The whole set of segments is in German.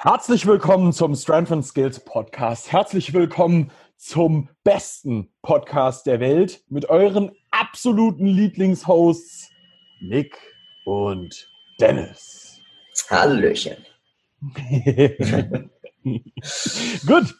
Herzlich willkommen zum Strength and Skills Podcast. Herzlich willkommen zum besten Podcast der Welt mit euren absoluten Lieblingshosts Nick und Dennis. Hallöchen. Gut.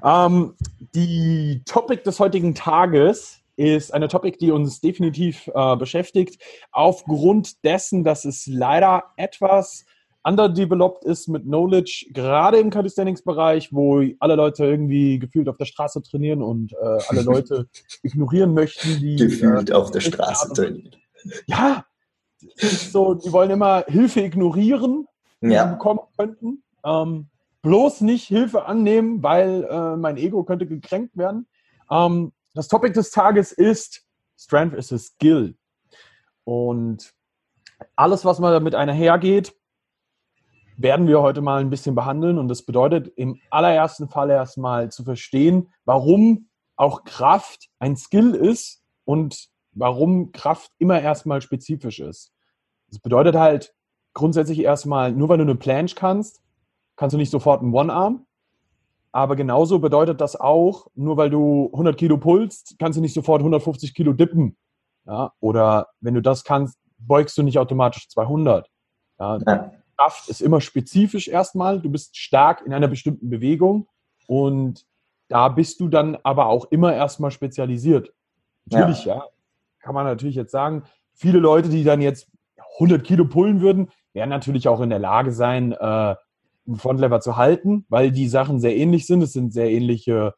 Die Topic des heutigen Tages ist eine Topic, die uns definitiv beschäftigt, aufgrund dessen, dass es leider etwas underdeveloped ist mit Knowledge, gerade im Calisthenics-Bereich, wo alle Leute irgendwie gefühlt auf der Straße trainieren und alle Leute ignorieren möchten, die gefühlt auf der Straße trainieren. Ja, so, die wollen immer Hilfe ignorieren, die sie bekommen könnten. Bloß nicht Hilfe annehmen, weil mein Ego könnte gekränkt werden. Das Topic des Tages ist Strength is a Skill. Und alles, was mal damit einhergeht, werden wir heute mal ein bisschen behandeln. Und das bedeutet im allerersten Fall erstmal zu verstehen, warum auch Kraft ein Skill ist und warum Kraft immer erstmal spezifisch ist. Das bedeutet halt grundsätzlich erstmal, nur weil du eine Planche kannst du nicht sofort einen One-Arm. Aber genauso bedeutet das auch, nur weil du 100 Kilo pulst, kannst du nicht sofort 150 Kilo dippen. Ja? Oder wenn du das kannst, beugst du nicht automatisch 200. Ja? Kraft ist immer spezifisch erstmal. Du bist stark in einer bestimmten Bewegung und da bist du dann aber auch immer erstmal spezialisiert. Natürlich, kann man natürlich jetzt sagen, viele Leute, die dann jetzt 100 Kilo pullen würden, werden natürlich auch in der Lage sein, einen Frontlever zu halten, weil die Sachen sehr ähnlich sind. Es sind sehr ähnliche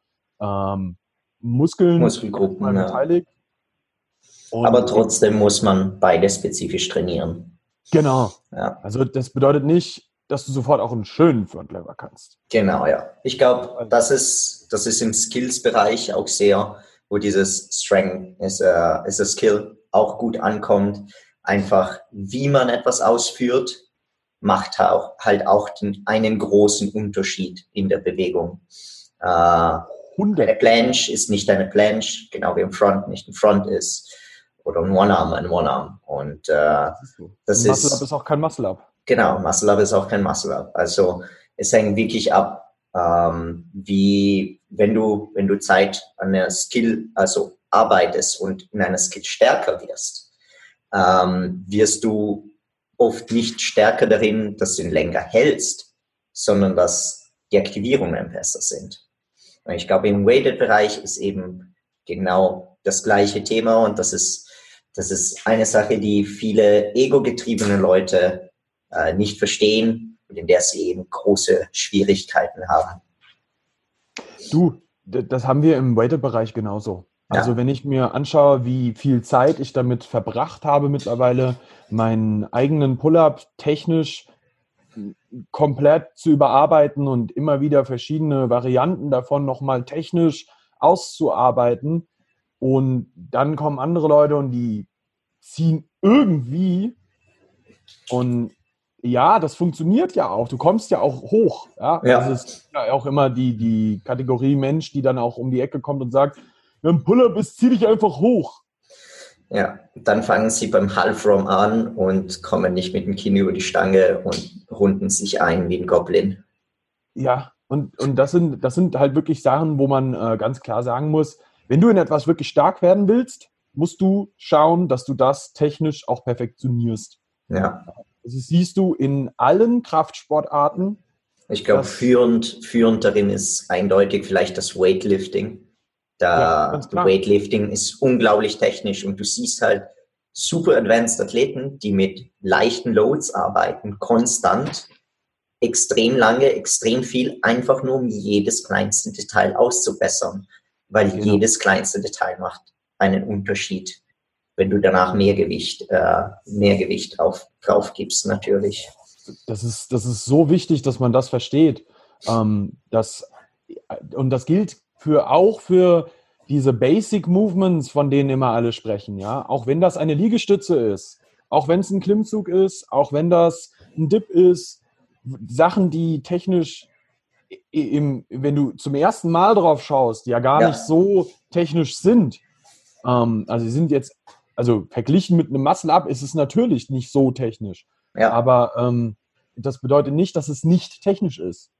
Muskelgruppen beteiligt. Aber trotzdem muss man beide spezifisch trainieren. Genau. Ja. Also das bedeutet nicht, dass du sofort auch einen schönen Frontlever kannst. Genau, ja. Ich glaube, das ist im Skills-Bereich auch sehr, wo dieses Strength is a Skill auch gut ankommt. Einfach, wie man etwas ausführt, macht halt auch einen großen Unterschied in der Bewegung. Eine Planche ist nicht eine Planche, genau wie im Front nicht ein Front ist. Oder ein One-Arm. Und das Muscle-Up ist auch kein Muscle-Up. Genau, Muscle-Up ist auch kein Muscle-Up. Also es hängt wirklich ab, wie, wenn du Zeit an einer Skill, also arbeitest und in einer Skill stärker wirst, wirst du oft nicht stärker darin, dass du ihn länger hältst, sondern dass die Aktivierungen besser sind. Und ich glaube, im Weighted-Bereich ist eben genau das gleiche Thema und das ist eine Sache, die viele ego-getriebene Leute nicht verstehen und in der sie eben große Schwierigkeiten haben. Du, das haben wir im Weighted-Bereich genauso. Also wenn ich mir anschaue, wie viel Zeit ich damit verbracht habe mittlerweile, meinen eigenen Pull-Up technisch komplett zu überarbeiten und immer wieder verschiedene Varianten davon nochmal technisch auszuarbeiten, und dann kommen andere Leute und die ziehen irgendwie, und ja, das funktioniert ja auch. Du kommst ja auch hoch. Ja? Also es ist ja auch immer die Kategorie Mensch, die dann auch um die Ecke kommt und sagt, ein Pull-Up ist, zieh dich einfach hoch. Ja, dann fangen sie beim Half-Roam an und kommen nicht mit dem Kinn über die Stange und runden sich ein wie ein Goblin. Ja, und das sind halt wirklich Sachen, wo man ganz klar sagen muss, wenn du in etwas wirklich stark werden willst, musst du schauen, dass du das technisch auch perfektionierst. Ja. Das siehst du in allen Kraftsportarten. Ich glaube, führend darin ist eindeutig vielleicht das Weightlifting. Weightlifting ist unglaublich technisch und du siehst halt super advanced Athleten, die mit leichten Loads arbeiten, konstant, extrem lange, extrem viel, einfach nur um jedes kleinste Detail auszubessern. Weil jedes kleinste Detail macht einen Unterschied, wenn du danach mehr Gewicht drauf gibst, natürlich. Das ist so wichtig, dass man das versteht. Und das gilt auch für diese Basic Movements, von denen immer alle sprechen. Ja? Auch wenn das eine Liegestütze ist, auch wenn es ein Klimmzug ist, auch wenn das ein Dip ist, Sachen, die technisch wenn du zum ersten Mal drauf schaust, ja gar nicht so technisch sind. Also sie sind jetzt, also verglichen mit einem Muscle-Up ist es natürlich nicht so technisch. Ja. Aber das bedeutet nicht, dass es nicht technisch ist.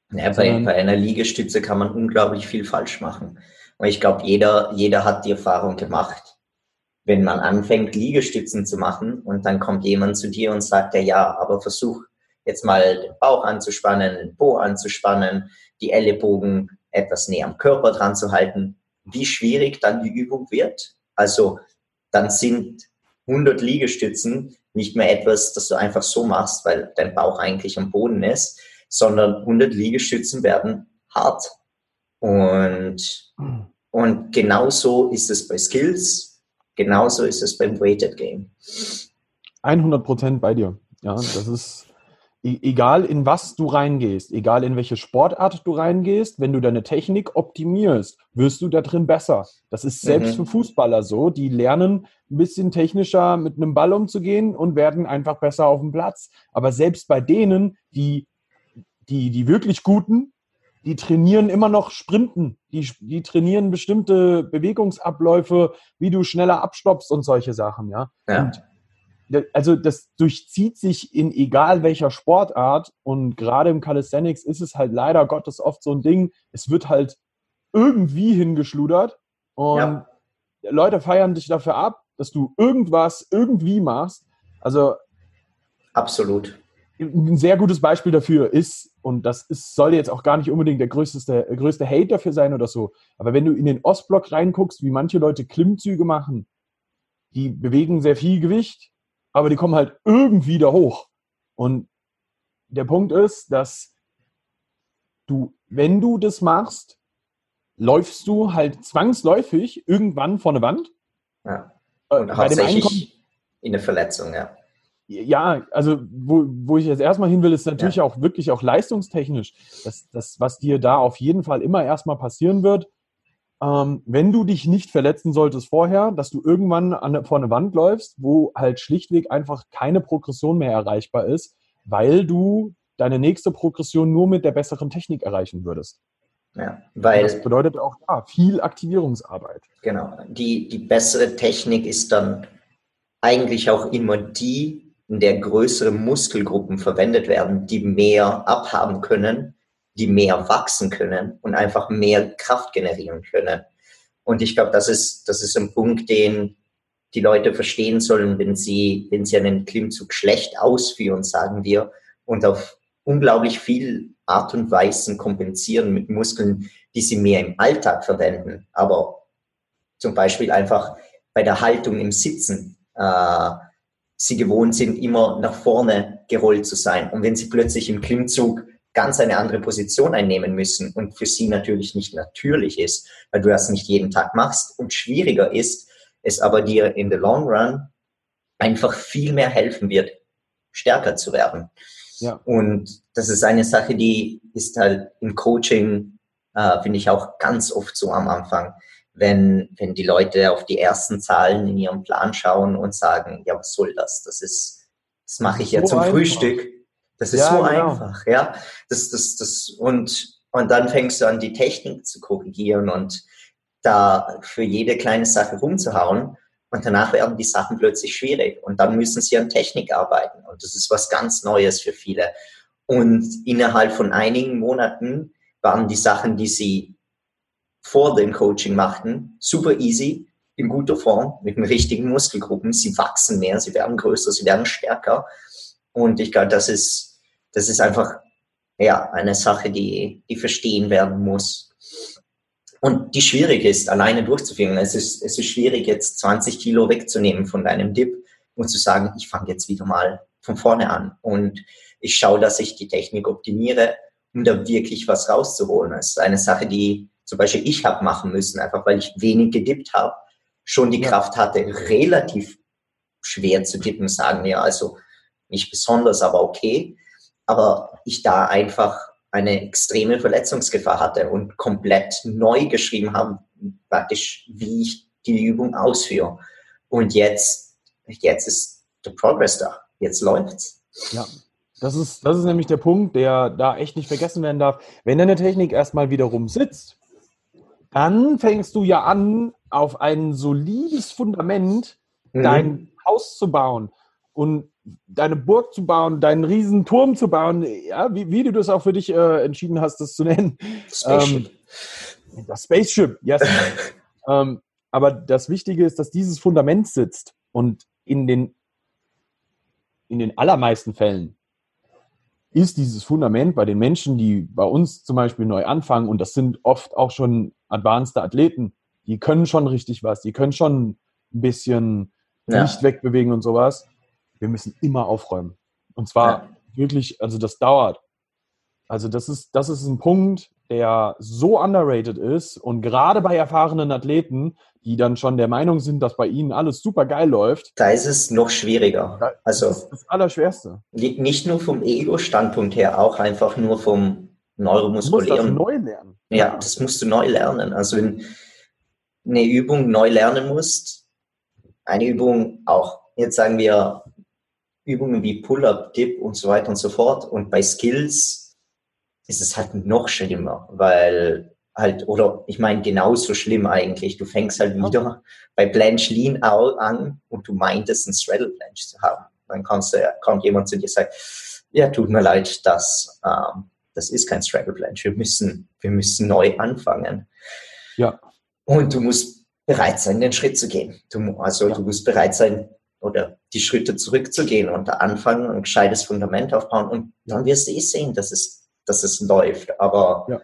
Ja, bei einer Liegestütze kann man unglaublich viel falsch machen. Und ich glaube, jeder hat die Erfahrung gemacht, wenn man anfängt, Liegestützen zu machen und dann kommt jemand zu dir und sagt, ja, aber versuch jetzt mal den Bauch anzuspannen, den Po anzuspannen, die Ellenbogen etwas näher am Körper dran zu halten, wie schwierig dann die Übung wird. Also dann sind 100 Liegestützen nicht mehr etwas, das du einfach so machst, weil dein Bauch eigentlich am Boden ist, sondern 100 Liegestützen werden hart. Und genauso ist es bei Skills, genauso ist es beim Weighted Game. 100% bei dir. Ja, das ist egal, in was du reingehst, egal in welche Sportart du reingehst, wenn du deine Technik optimierst, wirst du da drin besser. Das ist selbst für Fußballer so. Die lernen ein bisschen technischer mit einem Ball umzugehen und werden einfach besser auf dem Platz. Aber selbst bei denen, die wirklich Guten, die trainieren immer noch Sprinten. Die trainieren bestimmte Bewegungsabläufe, wie du schneller abstoppst und solche Sachen. Ja. Und also das durchzieht sich in egal welcher Sportart und gerade im Calisthenics ist es halt leider Gottes oft so ein Ding, es wird halt irgendwie hingeschludert und Leute feiern dich dafür ab, dass du irgendwas irgendwie machst. Also absolut. Ein sehr gutes Beispiel dafür ist, und soll jetzt auch gar nicht unbedingt der größte Hate dafür sein oder so, aber wenn du in den Ostblock reinguckst, wie manche Leute Klimmzüge machen, die bewegen sehr viel Gewicht, aber die kommen halt irgendwie da hoch. Und der Punkt ist, dass wenn du das machst, läufst du halt zwangsläufig irgendwann vor eine Wand. Ja. Und hauptsächlich in eine Verletzung, ja. Ja, also wo ich jetzt erstmal hin will, ist natürlich auch wirklich auch leistungstechnisch. Das, was dir da auf jeden Fall immer erstmal passieren wird, wenn du dich nicht verletzen solltest vorher, dass du irgendwann vor eine Wand läufst, wo halt schlichtweg einfach keine Progression mehr erreichbar ist, weil du deine nächste Progression nur mit der besseren Technik erreichen würdest. Ja, weil das bedeutet auch viel Aktivierungsarbeit. Genau. Die bessere Technik ist dann eigentlich auch immer die, in der größere Muskelgruppen verwendet werden, die mehr abhaben können, die mehr wachsen können und einfach mehr Kraft generieren können. Und ich glaube, das ist ein Punkt, den die Leute verstehen sollen, wenn sie einen Klimmzug schlecht ausführen, sagen wir, und auf unglaublich viel Art und Weisen kompensieren mit Muskeln, die sie mehr im Alltag verwenden. Aber zum Beispiel einfach bei der Haltung im Sitzen, sie gewohnt sind, immer nach vorne gerollt zu sein. Und wenn sie plötzlich im Klimmzug ganz eine andere Position einnehmen müssen und für sie natürlich nicht natürlich ist, weil du das nicht jeden Tag machst und schwieriger ist, es aber dir in the long run einfach viel mehr helfen wird, stärker zu werden. Ja. Und das ist eine Sache, die ist halt im Coaching, finde ich auch ganz oft so am Anfang, wenn die Leute auf die ersten Zahlen in ihrem Plan schauen und sagen, ja, was soll das? Das mache ich ja zum Frühstück. Das ist so einfach, ja. Und dann fängst du an, die Technik zu korrigieren und da für jede kleine Sache rumzuhauen. Und danach werden die Sachen plötzlich schwierig. Und dann müssen sie an Technik arbeiten. Und das ist was ganz Neues für viele. Und innerhalb von einigen Monaten waren die Sachen, die sie vor dem Coaching machten, super easy, in guter Form, mit den richtigen Muskelgruppen. Sie wachsen mehr, sie werden größer, sie werden stärker. Und ich glaube, das ist einfach eine Sache, die verstehen werden muss. Und die schwierig ist, alleine durchzuführen. Es ist schwierig, jetzt 20 Kilo wegzunehmen von deinem Dip und zu sagen, ich fange jetzt wieder mal von vorne an. Und ich schaue, dass ich die Technik optimiere, um da wirklich was rauszuholen. Das ist eine Sache, die zum Beispiel ich habe machen müssen, einfach weil ich wenig gedippt habe, schon die Kraft hatte, relativ schwer zu dippen, sagen wir. Also nicht besonders, aber okay. Aber ich da einfach eine extreme Verletzungsgefahr hatte und komplett neu geschrieben habe, praktisch, wie ich die Übung ausführe. Und jetzt ist der Progress da. Jetzt läuft's. Ja, das ist nämlich der Punkt, der da echt nicht vergessen werden darf. Wenn deine Technik erstmal wiederum sitzt, dann fängst du ja an, auf ein solides Fundament dein Haus zu bauen. Und deine Burg zu bauen, deinen riesen Turm zu bauen, ja, wie du das auch für dich entschieden hast, das zu nennen. Spaceship. Das Spaceship, yes. Aber das Wichtige ist, dass dieses Fundament sitzt und in den allermeisten Fällen ist dieses Fundament bei den Menschen, die bei uns zum Beispiel neu anfangen, und das sind oft auch schon advanced Athleten, die können schon richtig was, die können schon ein bisschen Gewicht wegbewegen und sowas. Wir müssen immer aufräumen. Und zwar wirklich, also das dauert. Also das ist ein Punkt, der so underrated ist, und gerade bei erfahrenen Athleten, die dann schon der Meinung sind, dass bei ihnen alles super geil läuft. Da ist es noch schwieriger. Das ist das Allerschwerste. Nicht nur vom Ego-Standpunkt her, auch einfach nur vom Neuromuskulären. Du musst das neu lernen. Ja, das musst du neu lernen. Also wenn eine Übung neu lernen musst, eine Übung auch, jetzt sagen wir, Übungen wie Pull-Up, Dip und so weiter und so fort. Und bei Skills ist es halt noch schlimmer, weil halt, oder ich meine genauso schlimm eigentlich. Du fängst halt wieder bei Planche Lean an und du meintest, einen Straddle Planche zu haben. Dann kommt jemand zu dir und sagt, ja, tut mir leid, das ist kein Straddle Planche. Wir müssen neu anfangen. Ja. Und du musst bereit sein, den Schritt zu gehen. Du musst bereit sein, oder die Schritte zurückzugehen und anfangen, ein gescheites Fundament aufbauen, und dann wirst du sehen, dass es läuft. Aber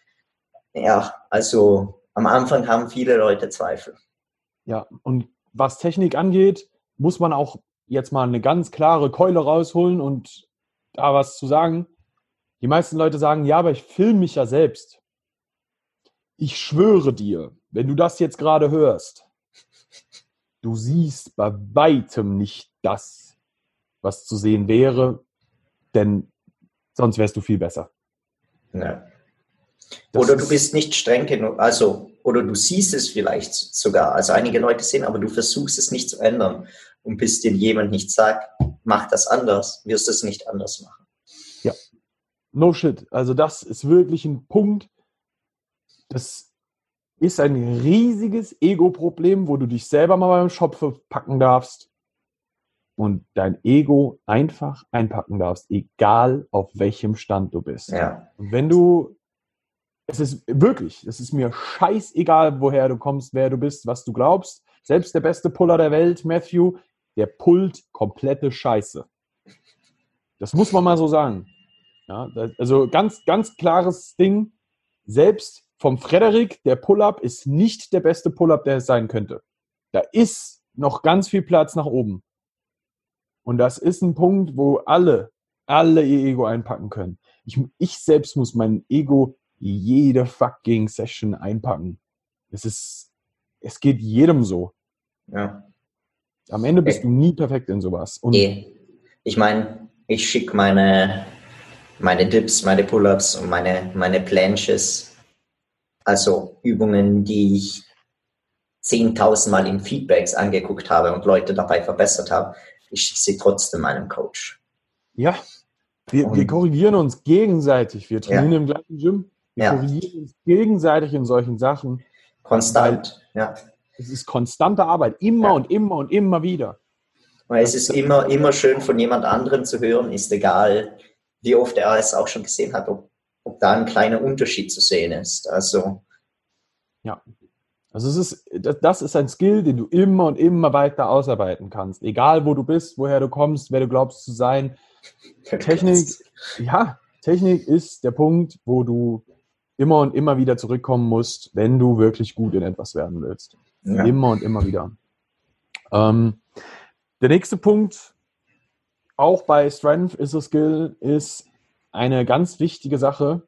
also am Anfang haben viele Leute Zweifel. Ja, und was Technik angeht, muss man auch jetzt mal eine ganz klare Keule rausholen und da was zu sagen. Die meisten Leute sagen, ja, aber ich filme mich ja selbst. Ich schwöre dir, wenn du das jetzt gerade hörst, du siehst bei weitem nicht das, was zu sehen wäre, denn sonst wärst du viel besser. Ja. Oder du bist nicht streng genug, oder du siehst es vielleicht sogar. Also einige Leute sehen, aber du versuchst es nicht zu ändern. Und bis dir jemand nicht sagt, mach das anders, wirst du es nicht anders machen. Ja, no shit. Also das ist wirklich ein Punkt, das ist ein riesiges Ego-Problem, wo du dich selber mal beim Schopfe packen darfst und dein Ego einfach einpacken darfst, egal auf welchem Stand du bist. Ja. Und es ist mir scheißegal, woher du kommst, wer du bist, was du glaubst. Selbst der beste Puller der Welt, Matthew, der pullt komplette Scheiße. Das muss man mal so sagen. Ja, also ganz, ganz klares Ding. Selbst vom Frederik, der Pull-Up ist nicht der beste Pull-Up, der es sein könnte. Da ist noch ganz viel Platz nach oben. Und das ist ein Punkt, wo alle ihr Ego einpacken können. Ich selbst muss mein Ego jede fucking Session einpacken. Es geht jedem so. Ja. Am Ende bist du nie perfekt in sowas. Und ich meine, ich schicke meine Dips, meine Pull-Ups und meine Planches, also Übungen, die ich 10.000 Mal in Feedbacks angeguckt habe und Leute dabei verbessert habe, ich schicke sie trotzdem meinem Coach. Ja, wir korrigieren uns gegenseitig. Wir trainieren im gleichen Gym. Wir korrigieren uns gegenseitig in solchen Sachen. Konstant, ja. Es ist konstante Arbeit, immer und immer und immer wieder. Weil es ist immer schön, von jemand anderem zu hören, ist egal, wie oft er es auch schon gesehen hat, ob da ein kleiner Unterschied zu sehen ist. Also ja, also das ist ein Skill, den du immer und immer weiter ausarbeiten kannst. Egal, wo du bist, woher du kommst, wer du glaubst zu sein. Technik ist der Punkt, wo du immer und immer wieder zurückkommen musst, wenn du wirklich gut in etwas werden willst. Ja. Immer und immer wieder. Der nächste Punkt, auch bei Strength is a Skill, ist eine ganz wichtige Sache.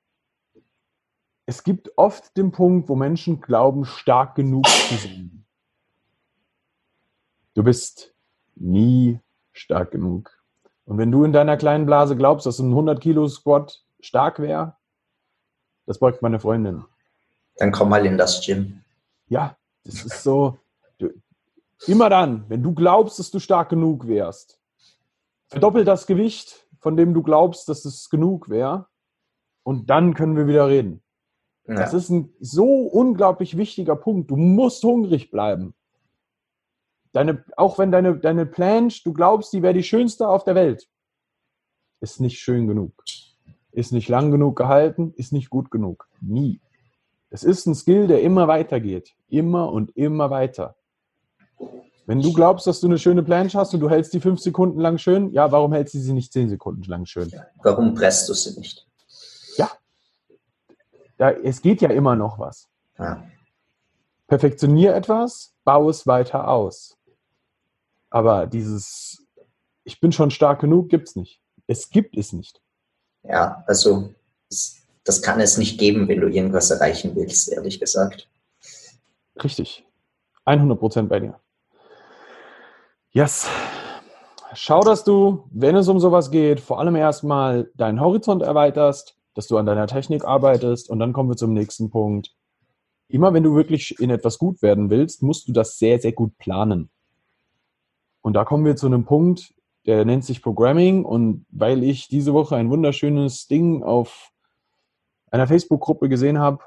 Es gibt oft den Punkt, wo Menschen glauben, stark genug zu sein. Du bist nie stark genug. Und wenn du in deiner kleinen Blase glaubst, dass ein 100 Kilo Squat stark wäre, das beugt meine Freundin. Dann komm mal in das Gym. Ja, das ist so. Immer dann, wenn du glaubst, dass du stark genug wärst, verdoppel das Gewicht, von dem du glaubst, dass es genug wäre, und dann können wir wieder reden. Ja. Das ist ein so unglaublich wichtiger Punkt. Du musst hungrig bleiben. auch wenn deine Planche, du glaubst, die wäre die schönste auf der Welt, ist nicht schön genug. Ist nicht lang genug gehalten, ist nicht gut genug. Nie. Es ist ein Skill, der immer weitergeht. Immer und immer weiter. Wenn du glaubst, dass du eine schöne Planche hast und du hältst die 5 Sekunden lang schön, ja, warum hältst du sie nicht 10 Sekunden lang schön? Warum presst du sie nicht? Ja. Es geht ja immer noch was. Ja. Perfektionier etwas, baue es weiter aus. Aber dieses, ich bin schon stark genug, gibt es nicht. Es gibt es nicht. Ja, also das kann es nicht geben, wenn du irgendwas erreichen willst, ehrlich gesagt. Richtig. 100% bei dir. Yes. Schau, dass du, wenn es um sowas geht, vor allem erstmal deinen Horizont erweiterst, dass du an deiner Technik arbeitest und dann kommen wir zum nächsten Punkt. Immer wenn du wirklich in etwas gut werden willst, musst du das sehr, sehr gut planen. Und da kommen wir zu einem Punkt, der nennt sich Programming, und weil ich diese Woche ein wunderschönes Ding auf einer Facebook-Gruppe gesehen habe,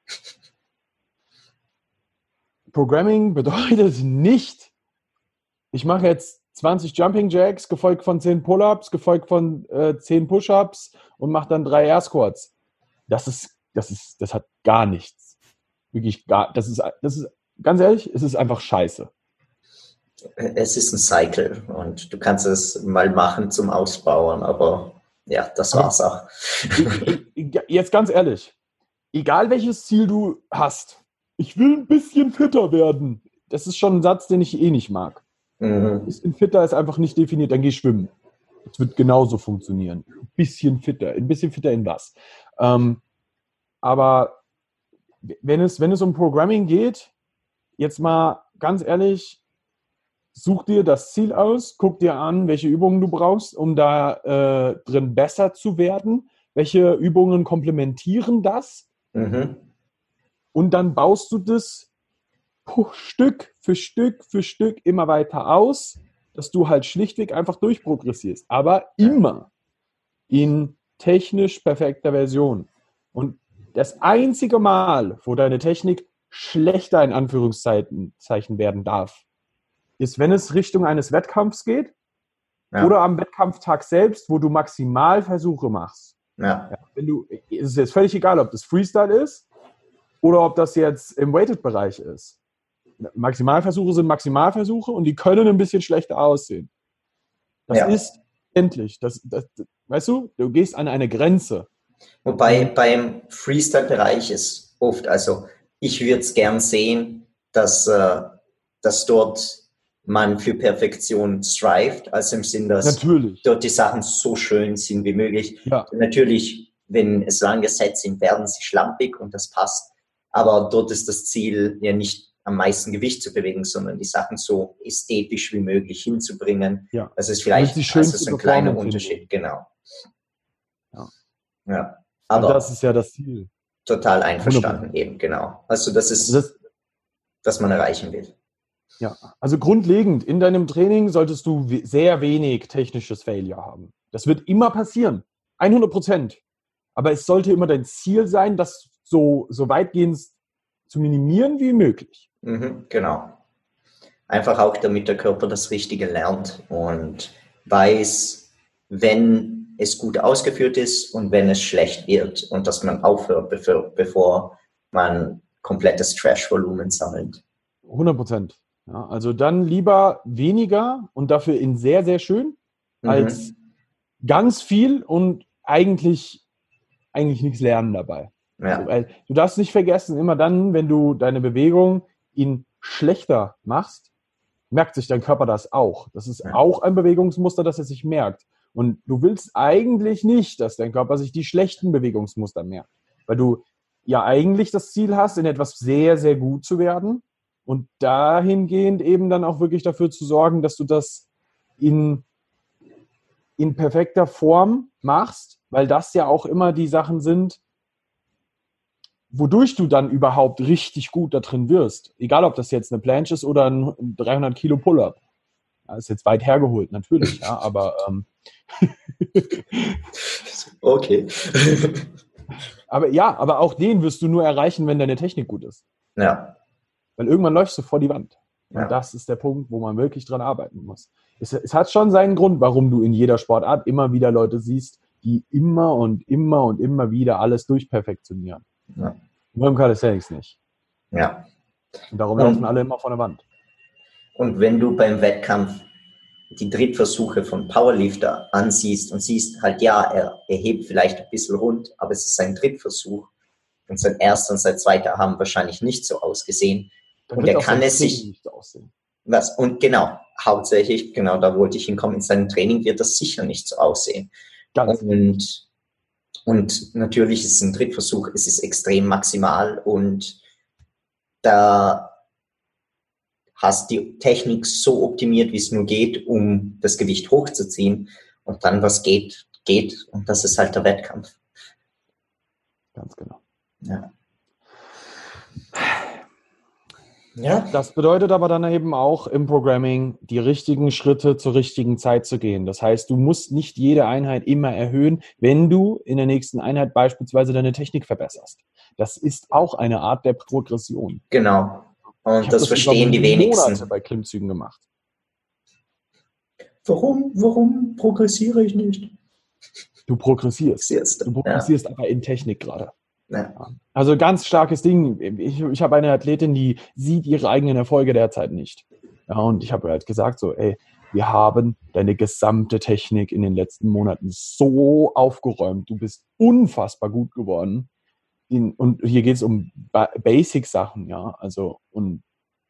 Programming bedeutet nicht, ich mache jetzt 20 Jumping Jacks, gefolgt von 10 Pull-Ups, gefolgt von 10 Push-Ups und mache dann 3 Air Squats. Das hat gar nichts. Wirklich das ist ganz ehrlich, es ist einfach scheiße. Es ist ein Cycle und du kannst es mal machen zum Ausbauen, aber ja, das war's auch. Jetzt ganz ehrlich, egal welches Ziel du hast, ich will ein bisschen fitter werden. Das ist schon ein Satz, den ich nicht mag. Ein bisschen fitter ist einfach nicht definiert, dann geh schwimmen. Das wird genauso funktionieren. Ein bisschen fitter in was? Aber wenn es um Programming geht, jetzt mal ganz ehrlich, such dir das Ziel aus, guck dir an, welche Übungen du brauchst, um da drin besser zu werden. Welche Übungen komplementieren das? Und dann baust du das Stück für Stück für Stück immer weiter aus, dass du halt schlichtweg einfach durchprogressierst. Aber immer in technisch perfekter Version. Und das einzige Mal, wo deine Technik schlechter in Anführungszeichen werden darf, ist, wenn es Richtung eines Wettkampfs geht oder am Wettkampftag selbst, wo du Maximalversuche machst. Ja, es ist jetzt völlig egal, ob das Freestyle ist oder ob das jetzt im Weighted-Bereich ist. Maximalversuche sind Maximalversuche und die können ein bisschen schlechter aussehen. Das ist endlich. Weißt du, du gehst an eine Grenze. Wobei beim Freestyle-Bereich ist oft, also ich würde es gern sehen, dass dort man für Perfektion strived, also im Sinn, dass dort die Sachen so schön sind wie möglich. Ja. Natürlich, wenn es lange Sets sind, werden sie schlampig und das passt. Aber dort ist das Ziel ja nicht am meisten Gewicht zu bewegen, sondern die Sachen so ästhetisch wie möglich hinzubringen. Ja. Das ist vielleicht so ein kleiner Unterschied, genau. Ja. Aber und das ist ja das Ziel. Total einverstanden 100%. Eben, genau. Also das ist, was man erreichen will. Ja, also grundlegend in deinem Training solltest du sehr wenig technisches Failure haben. Das wird immer passieren, 100%. Aber es sollte immer dein Ziel sein, das so weitgehend zu minimieren wie möglich. Genau. Einfach auch, damit der Körper das Richtige lernt und weiß, wenn es gut ausgeführt ist und wenn es schlecht wird und dass man aufhört, bevor man komplettes Trash-Volumen sammelt. 100%. Ja, also dann lieber weniger und dafür in sehr, sehr schön, als ganz viel und eigentlich nichts lernen dabei. Ja. Also, weil du darfst nicht vergessen, immer dann, wenn du deine Bewegung in schlechter machst, merkt sich dein Körper das auch. Das ist auch ein Bewegungsmuster, das er sich merkt. Und du willst eigentlich nicht, dass dein Körper sich die schlechten Bewegungsmuster merkt. Weil du ja eigentlich das Ziel hast, in etwas sehr, sehr gut zu werden. Und dahingehend eben dann auch wirklich dafür zu sorgen, dass du das in perfekter Form machst, weil das ja auch immer die Sachen sind, wodurch du dann überhaupt richtig gut da drin wirst. Egal, ob das jetzt eine Planche ist oder ein 300 Kilo Pull-Up. Das ist jetzt weit hergeholt, natürlich, ja, aber okay. aber auch den wirst du nur erreichen, wenn deine Technik gut ist. Ja. Weil irgendwann läufst du vor die Wand. Und das ist der Punkt, wo man wirklich dran arbeiten muss. Es hat schon seinen Grund, warum du in jeder Sportart immer wieder Leute siehst, die immer und immer und immer wieder alles durchperfektionieren. Ja. Nur im Calisthenics nicht. Ja. Und darum laufen alle immer vor der Wand. Und wenn du beim Wettkampf die Trittversuche von Powerlifter ansiehst und siehst halt, ja, er hebt vielleicht ein bisschen rund, aber es ist sein Trittversuch und sein erster und sein zweiter haben wahrscheinlich nicht so ausgesehen. Dann und er kann es sich nicht so aussehen. Und genau, hauptsächlich, genau da wollte ich hinkommen, in seinem Training wird das sicher nicht so aussehen. Und natürlich ist es ein Trittversuch, es ist extrem maximal und da hast die Technik so optimiert, wie es nur geht, um das Gewicht hochzuziehen und dann was geht und das ist halt der Wettkampf. Ganz genau. Ja. Ja. Das bedeutet aber dann eben auch im Programming, die richtigen Schritte zur richtigen Zeit zu gehen. Das heißt, du musst nicht jede Einheit immer erhöhen, wenn du in der nächsten Einheit beispielsweise deine Technik verbesserst. Das ist auch eine Art der Progression. Genau. Und das verstehen die wenigsten. Monate bei Klimmzügen gemacht. Warum progressiere ich nicht? Du progressierst. Du progressierst aber in Technik gerade. Ja. Also ganz starkes Ding. Ich habe eine Athletin, die sieht ihre eigenen Erfolge derzeit nicht. Ja, und ich habe halt gesagt so, ey, wir haben deine gesamte Technik in den letzten Monaten so aufgeräumt. Du bist unfassbar gut geworden. Und hier geht es um Basic-Sachen, ja. Also, und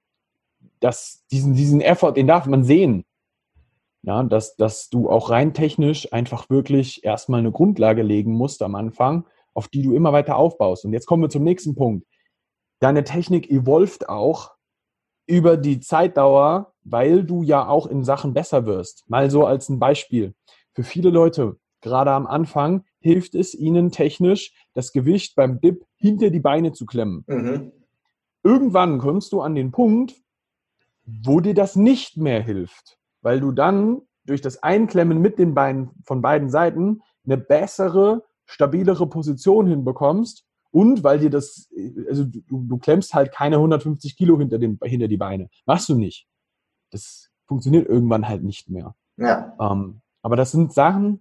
diesen Effort, den darf man sehen. Ja, dass du auch rein technisch einfach wirklich erstmal eine Grundlage legen musst am Anfang, auf die du immer weiter aufbaust. Und jetzt kommen wir zum nächsten Punkt. Deine Technik evolvt auch über die Zeitdauer, weil du ja auch in Sachen besser wirst. Mal so als ein Beispiel. Für viele Leute, gerade am Anfang, hilft es ihnen technisch, das Gewicht beim Dip hinter die Beine zu klemmen. Mhm. Irgendwann kommst du an den Punkt, wo dir das nicht mehr hilft, weil du dann durch das Einklemmen mit den Beinen von beiden Seiten eine bessere, stabilere Position hinbekommst und weil dir das, also du klemmst halt keine 150 Kilo hinter die Beine. Machst du nicht. Das funktioniert irgendwann halt nicht mehr. Ja. Aber das sind Sachen,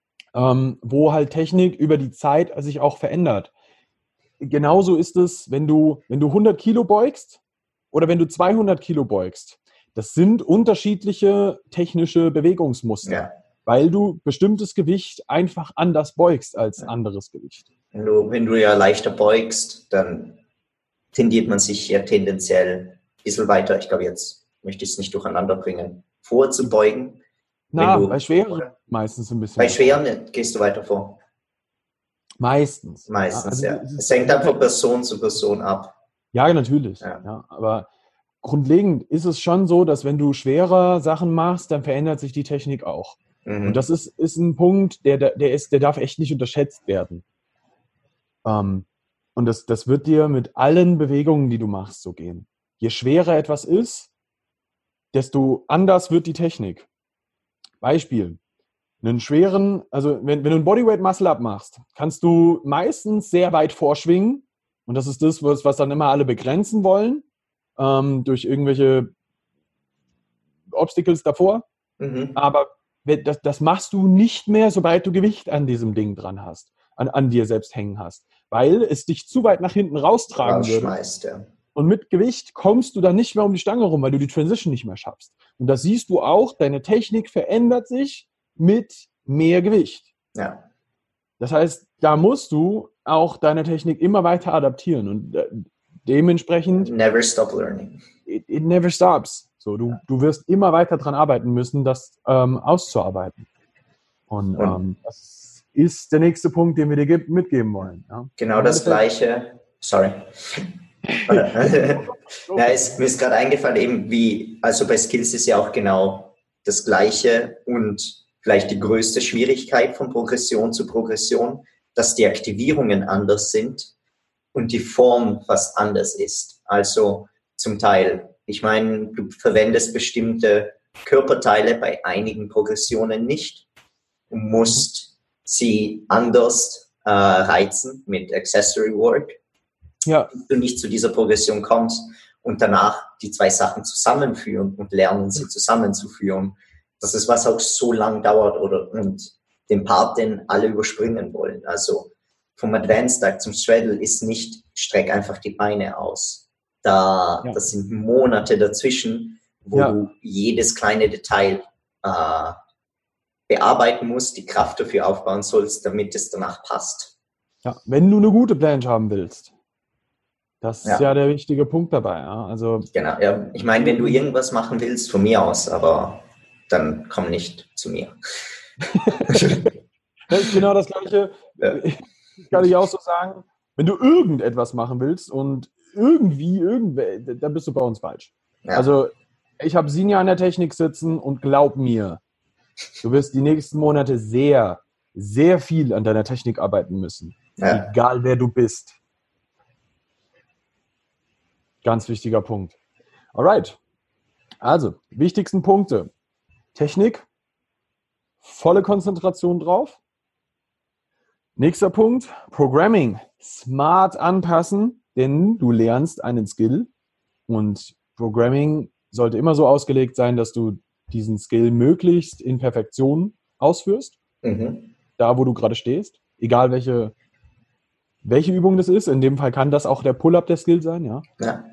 wo halt Technik über die Zeit sich auch verändert. Genauso ist es, wenn du 100 Kilo beugst oder wenn du 200 Kilo beugst. Das sind unterschiedliche technische Bewegungsmuster. Ja. Weil du bestimmtes Gewicht einfach anders beugst als anderes Gewicht. Wenn du ja leichter beugst, dann tendiert man sich ja tendenziell ein bisschen weiter, ich glaube jetzt möchte ich es nicht durcheinander bringen, vorzubeugen. Bei Schweren meistens ein bisschen. Bei Schweren gehst du weiter vor? Meistens. Meistens, ja. Es hängt dann von Person zu Person ab. Ja, natürlich. Ja, aber grundlegend ist es schon so, dass wenn du schwerer Sachen machst, dann verändert sich die Technik auch. Mhm. Und das ist ein Punkt, der darf echt nicht unterschätzt werden. Und das wird dir mit allen Bewegungen, die du machst, so gehen. Je schwerer etwas ist, desto anders wird die Technik. Beispiel. Wenn du ein Bodyweight Muscle-Up machst, kannst du meistens sehr weit vorschwingen. Und das ist das, was dann immer alle begrenzen wollen, durch irgendwelche Obstacles davor. Mhm. Aber das machst du nicht mehr, sobald du Gewicht an diesem Ding dran hast, an dir selbst hängen hast, weil es dich zu weit nach hinten raustragen würde. Ja. Und mit Gewicht kommst du dann nicht mehr um die Stange rum, weil du die Transition nicht mehr schaffst. Und das siehst du auch, deine Technik verändert sich mit mehr Gewicht. Ja. Das heißt, da musst du auch deine Technik immer weiter adaptieren und dementsprechend... Never stop learning. It never stops. So, du wirst immer weiter dran arbeiten müssen, das auszuarbeiten. Und das ist der nächste Punkt, den wir dir mitgeben wollen. Ja? Genau das Gleiche. Sorry. Mir ist gerade eingefallen, also bei Skills ist ja auch genau das Gleiche und vielleicht die größte Schwierigkeit von Progression zu Progression, dass die Aktivierungen anders sind und die Form fast anders ist. Also zum Teil, ich meine, du verwendest bestimmte Körperteile bei einigen Progressionen nicht und musst sie anders reizen mit Accessory Work. Ja. Du nicht zu dieser Progression kommst. und danach die zwei Sachen zusammenführen und lernen, sie zusammenzuführen. Das ist, was auch so lang dauert und den Part, den alle überspringen wollen. Also vom Advanced Duck zum Straddle ist nicht, streck einfach die Beine aus. Das sind Monate dazwischen, wo du jedes kleine Detail bearbeiten musst, die Kraft dafür aufbauen sollst, damit es danach passt. Ja, wenn du eine gute Planche haben willst. Das ist ja der wichtige Punkt dabei. Ja? Also, genau, ja. Ich meine, wenn du irgendwas machen willst, von mir aus, aber dann komm nicht zu mir. Das ist genau das Gleiche. Ja. Kann ich auch so sagen. Wenn du irgendetwas machen willst und dann bist du bei uns falsch. Ja. Also, ich habe Sinja in der Technik sitzen und glaub mir, du wirst die nächsten Monate sehr, sehr viel an deiner Technik arbeiten müssen. Ja. Egal, wer du bist. Ganz wichtiger Punkt. Alright. Also, wichtigsten Punkte. Technik. Volle Konzentration drauf. Nächster Punkt. Programming. Smart anpassen, denn du lernst einen Skill. Und Programming sollte immer so ausgelegt sein, dass du diesen Skill möglichst in Perfektion ausführst. Mhm. Da, wo du gerade stehst. Egal, welche Übung das ist. In dem Fall kann das auch der Pull-Up der Skill sein. Ja.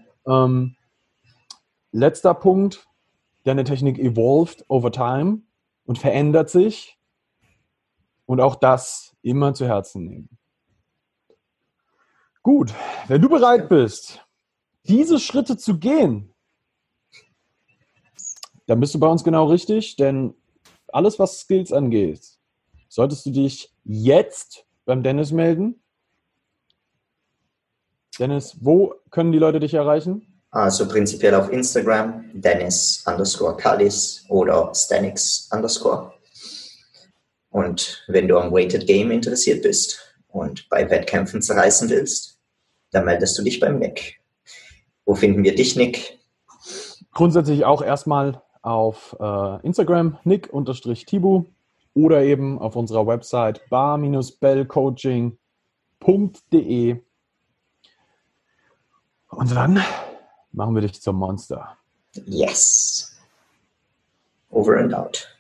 Letzter Punkt. Deine Technik evolved over time und verändert sich. Und auch das immer zu Herzen nehmen. Gut, wenn du bereit bist, diese Schritte zu gehen, dann bist du bei uns genau richtig, denn alles, was Skills angeht, solltest du dich jetzt beim Dennis melden. Dennis, wo können die Leute dich erreichen? Also prinzipiell auf Instagram, Dennis_Kallis oder Stanix_. Und wenn du am Weighted Game interessiert bist und bei Wettkämpfen zerreißen willst, dann meldest du dich beim Nick. Wo finden wir dich, Nick? Grundsätzlich auch erstmal auf Instagram, Nick_Tibu oder eben auf unserer Website bar-bellcoaching.de. Und dann machen wir dich zum Monster. Yes. Over and out.